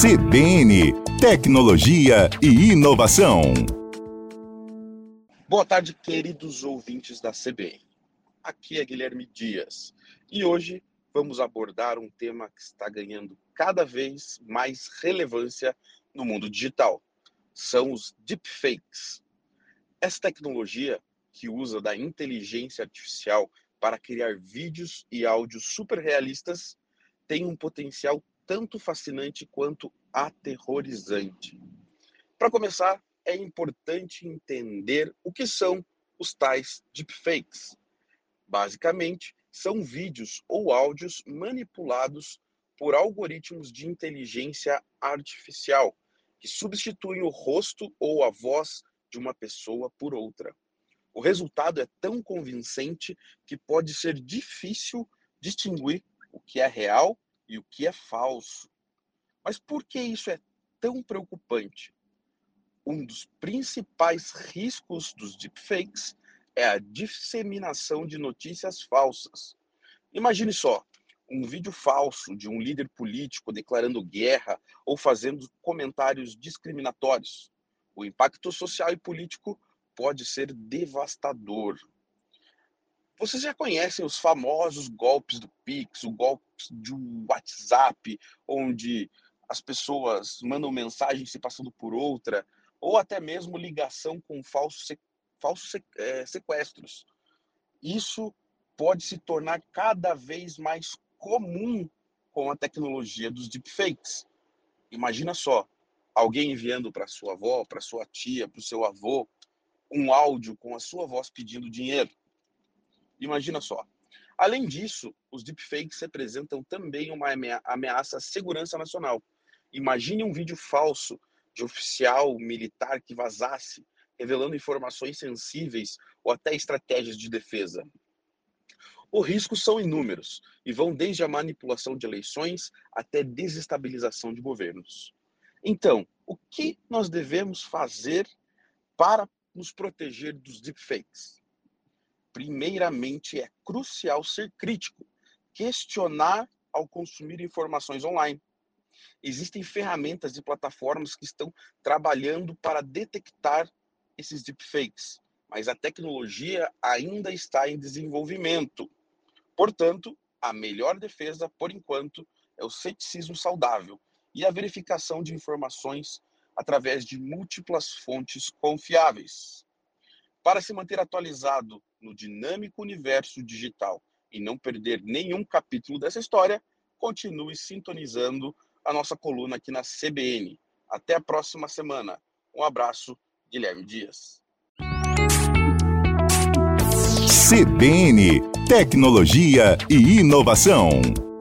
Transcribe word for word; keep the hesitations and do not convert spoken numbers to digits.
C B N Tecnologia e Inovação. Boa tarde, queridos ouvintes da C B N. Aqui é Guilherme Dias e hoje vamos abordar um tema que está ganhando cada vez mais relevância no mundo digital. São os deepfakes. Essa tecnologia que usa da inteligência artificial para criar vídeos e áudios super realistas tem um potencial tanto fascinante quanto aterrorizante. Para começar, é importante entender o que são os tais deepfakes. Basicamente, são vídeos ou áudios manipulados por algoritmos de inteligência artificial, que substituem o rosto ou a voz de uma pessoa por outra. O resultado é tão convincente que pode ser difícil distinguir o que é real e o que é falso. Mas por que isso é tão preocupante? Um dos principais riscos dos deepfakes é a disseminação de notícias falsas. Imagine só, um vídeo falso de um líder político declarando guerra ou fazendo comentários discriminatórios. O impacto social e político pode ser devastador. Vocês já conhecem os famosos golpes do Pix, o golpe de um WhatsApp, onde as pessoas mandam mensagem se passando por outra, ou até mesmo ligação com falsos, falsos é, sequestros. Isso pode se tornar cada vez mais comum com a tecnologia dos deepfakes. Imagina só, alguém enviando para sua avó, para sua tia, para o seu avô, um áudio com a sua voz pedindo dinheiro. Imagina só. Além disso, os deepfakes representam também uma ameaça à segurança nacional. Imagine um vídeo falso de oficial militar que vazasse, revelando informações sensíveis ou até estratégias de defesa. Os riscos são inúmeros e vão desde a manipulação de eleições até desestabilização de governos. Então, o que nós devemos fazer para nos proteger dos deepfakes? Primeiramente, é crucial ser crítico, questionar ao consumir informações online. Existem ferramentas e plataformas que estão trabalhando para detectar esses deepfakes, mas a tecnologia ainda está em desenvolvimento. Portanto, a melhor defesa, por enquanto, é o ceticismo saudável e a verificação de informações através de múltiplas fontes confiáveis. Para se manter atualizado no dinâmico universo digital e não perder nenhum capítulo dessa história, continue sintonizando a nossa coluna aqui na C B N. Até a próxima semana. Um abraço, Guilherme Dias. C B N Tecnologia e Inovação.